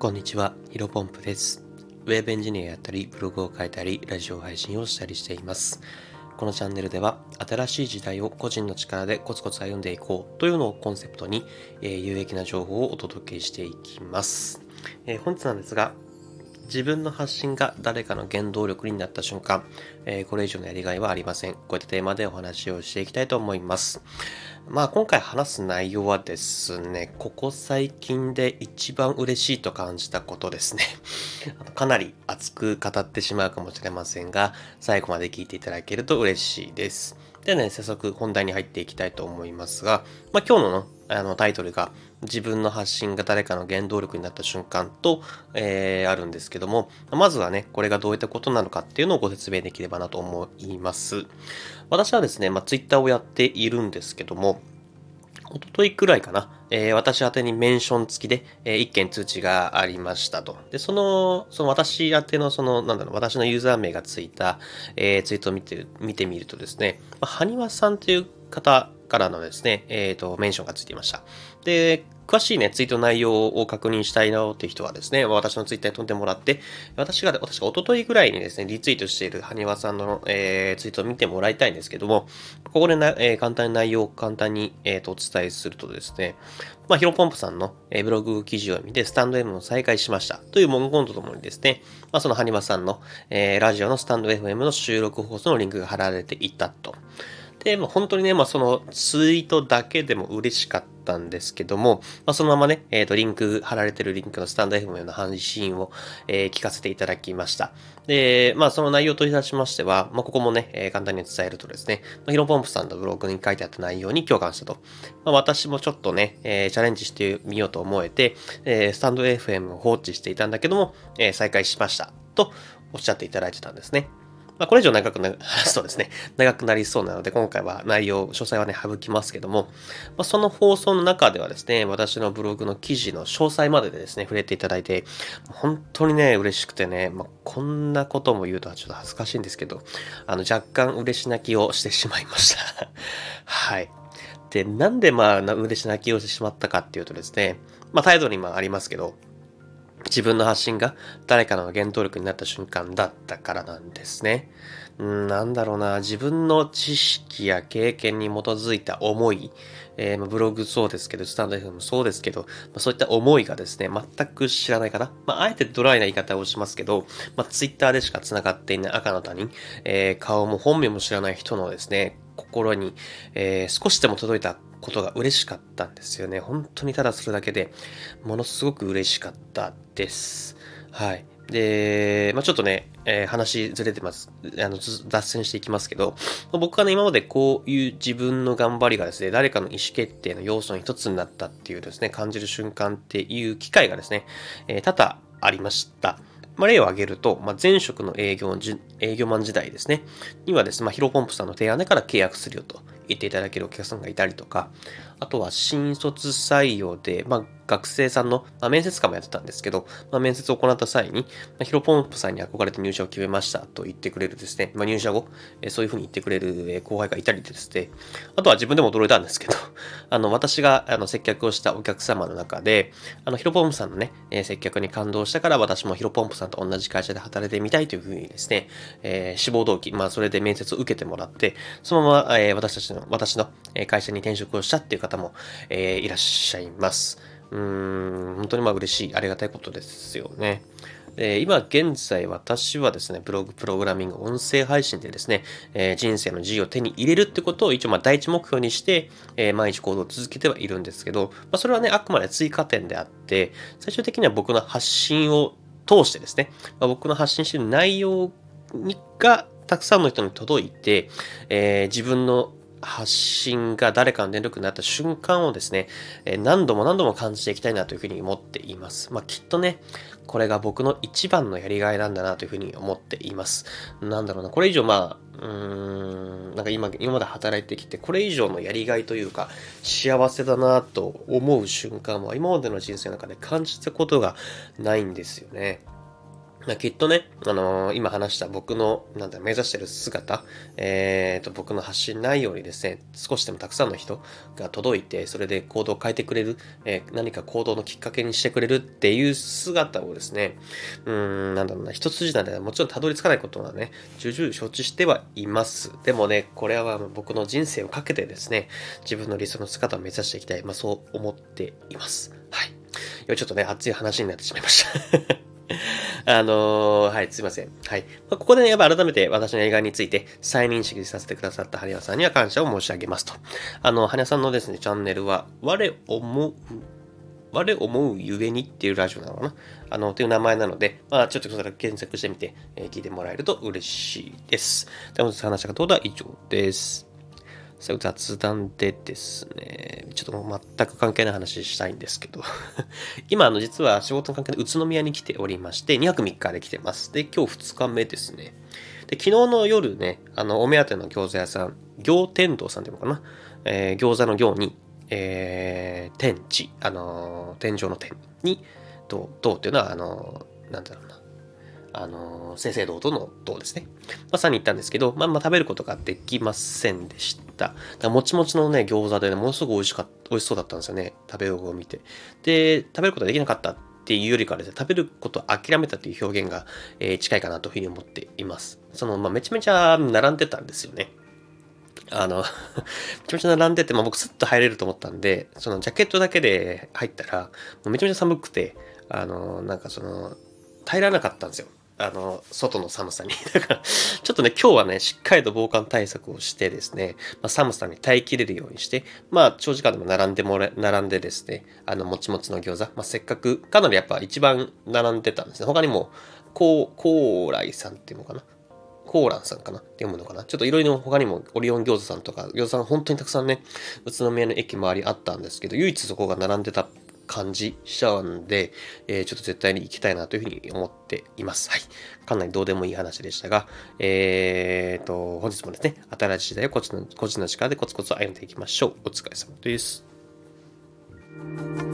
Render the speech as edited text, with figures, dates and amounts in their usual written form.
こんにちは、ヒロポンプです。ウェブエンジニアやったり、ブログを書いたり、ラジオ配信をしたりしています。このチャンネルでは、新しい時代を個人の力でコツコツ歩んでいこうというのをコンセプトに、有益な情報をお届けしていきます。本日なんですが、自分の発信が誰かの原動力になった瞬間、これ以上のやりがいはありません。こういったテーマでお話をしていきたいと思います。今回話す内容はですね、ここ最近で一番嬉しいと感じたことですね。かなり熱く語ってしまうかもしれませんが、最後まで聞いていただけると嬉しいです。でね、早速本題に入っていきたいと思いますが、今日のタイトルが自分の発信が誰かの原動力になった瞬間と、あるんですけども、まずはね、これがどういったことなのかっていうのをご説明できればなと思います。私はですね、ツイッターをやっているんですけども、一昨日くらいかな、私宛てにメンション付きで、一件通知がありましたと。で、その私宛ての私のユーザー名がついた、ツイートを見てみるとですね、はにわさんという方からのですね、メンションがついていました。で、詳しいね、ツイート内容を確認したいなっていう人はですね、私のツイッターに飛んでもらって、私が一昨日ぐらいにですね、リツイートしているはにわさんの、ツイートを見てもらいたいんですけども、ここで内容を簡単に、お伝えするとですね、ヒロポンプさんの、ブログ記事を見て、スタンド FM を再開しましたという文言とともにですね、そのはにわさんの、ラジオのスタンド FM の収録放送のリンクが貼られていたと。で、本当にね、そのツイートだけでも嬉しかったんですけども、そのままね、貼られてるリンクのスタンド FM の配信を、聞かせていただきました。で、その内容といたしましては、ここもね、簡単に伝えるとですね、ヒロポンプさんのブログに書いてあった内容に共感したと。私もちょっとね、チャレンジしてみようと思えて、スタンド FM を放置していたんだけども、再開しました。とおっしゃっていただいてたんですね。これ以上話すとですね、長くなりそうなので、今回は詳細はね、省きますけども、その放送の中ではですね、私のブログの記事の詳細まででですね、触れていただいて、本当にね、嬉しくてね、こんなことも言うとはちょっと恥ずかしいんですけど、若干嬉し泣きをしてしまいました。はい。で、なんで嬉し泣きをしてしまったかっていうとですね、タイトルにもありますけど、自分の発信が誰かの原動力になった瞬間だったからなんですね。自分の知識や経験に基づいた思い、ブログそうですけど、スタンド FM もそうですけど、そういった思いがですね、全く知らない方、あえてドライな言い方をしますけど、ツイッターでしか繋がっていない赤の他人、顔も本名も知らない人のですね、心に、少しでも届いたことが嬉しかったんですよね。本当にただそれだけでものすごく嬉しかったです。はい。で、ちょっとね、話ずれてます。脱線していきますけど、僕がね、今までこういう自分の頑張りがですね、誰かの意思決定の要素の一つになったっていうですね、感じる瞬間っていう機会がですね、多々ありました。例を挙げると、前職の営業マン時代ですね、にはですね、ヒロポンプさんの提案でから契約するよと言っていただけるお客さんがいたりとか、あとは新卒採用で、学生さんの、面接官もやってたんですけど、面接を行った際に、ヒロポンプさんに憧れて入社を決めましたと言ってくれるですね、入社後、そういうふうに言ってくれる後輩がいたりですね、あとは自分でも驚いたんですけど、私が接客をしたお客様の中で、ヒロポンプさんのね、接客に感動したから私もヒロポンプさんと同じ会社で働いてみたいというふうにですね、志望動機、それで面接を受けてもらって、そのまま、私の会社に転職をしたっていう方も、いらっしゃいます。本当に嬉しい、ありがたいことですよね。今現在私はですね、ブログ、プログラミング、音声配信でですね、人生の自由を手に入れるってことを一応第一目標にして、毎日行動を続けてはいるんですけど、それはね、あくまで追加点であって、最終的には僕の発信を通してですね、僕の発信している内容がたくさんの人に届いて、自分の発信が誰かの電力になった瞬間をですね、何度も何度も感じていきたいなというふうに思っています。きっとね、これが僕の一番のやりがいなんだなというふうに思っています。これ以上今まで働いてきて、これ以上のやりがいというか、幸せだなと思う瞬間は今までの人生の中で感じたことがないんですよね。 きっとね、今話した僕の、目指してる姿、僕の発信内容にですね、少しでもたくさんの人が届いて、それで行動を変えてくれる、何か行動のきっかけにしてくれるっていう姿をですね、一筋縄ではもちろんたどり着かないことはね、重々承知してはいます。でもね、これは僕の人生をかけてですね、自分の理想の姿を目指していきたい。そう思っています。はい。ちょっとね、熱い話になってしまいました。はい、すいません。はい。ここでね、やっぱ改めて私の映画について再認識させてくださったハニワさんには感謝を申し上げますと。ハニワさんのですね、チャンネルは、我思うゆえにっていうラジオなのかなっていう名前なので、ちょっとそれ検索してみて、聞いてもらえると嬉しいです。では、本日話したことは以上です。そういう雑談でですね、ちょっと全く関係ない話したいんですけど今実は仕事の関係で宇都宮に来ておりまして、2泊3日で来てます。で、今日2日目ですね。で、昨日の夜ね、お目当ての餃子屋さん、餃天堂さんっていうのかな、餃子の餃に、天地、天井の天に、堂っていうのは、なんだろうな、正々堂々の堂ですね。まさに行ったんですけど、食べることができませんでした。だからもちもちのね、餃子でね、ものすごく美味しそうだったんですよね。食べようを見て。で、食べることができなかったっていうよりかはですね、食べることを諦めたという表現が、近いかなというふうに思っています。めちゃめちゃ並んでたんですよね。めちゃめちゃ並んでて、僕スッと入れると思ったんで、そのジャケットだけで入ったら、もうめちゃめちゃ寒くて、耐えられなかったんですよ。外の寒さに。だから、ちょっとね、今日はね、しっかりと防寒対策をしてですね、寒さに耐えきれるようにして、長時間でも並んでですね、もちもちの餃子、せっかく、かなりやっぱ一番並んでたんですね。他にも、高麗さんっていうのかな。コーランさんかなって読むのかな。ちょっといろいろ他にもオリオン餃子さんとか、餃子さん本当にたくさんね、宇都宮の駅周りあったんですけど、唯一そこが並んでた感じしちゃうんで、ちょっと絶対に行きたいなというふうに思っています。はい。かなりどうでもいい話でしたが、本日もですね、新しい時代を個人の力でコツコツ歩んでいきましょう。お疲れ様です。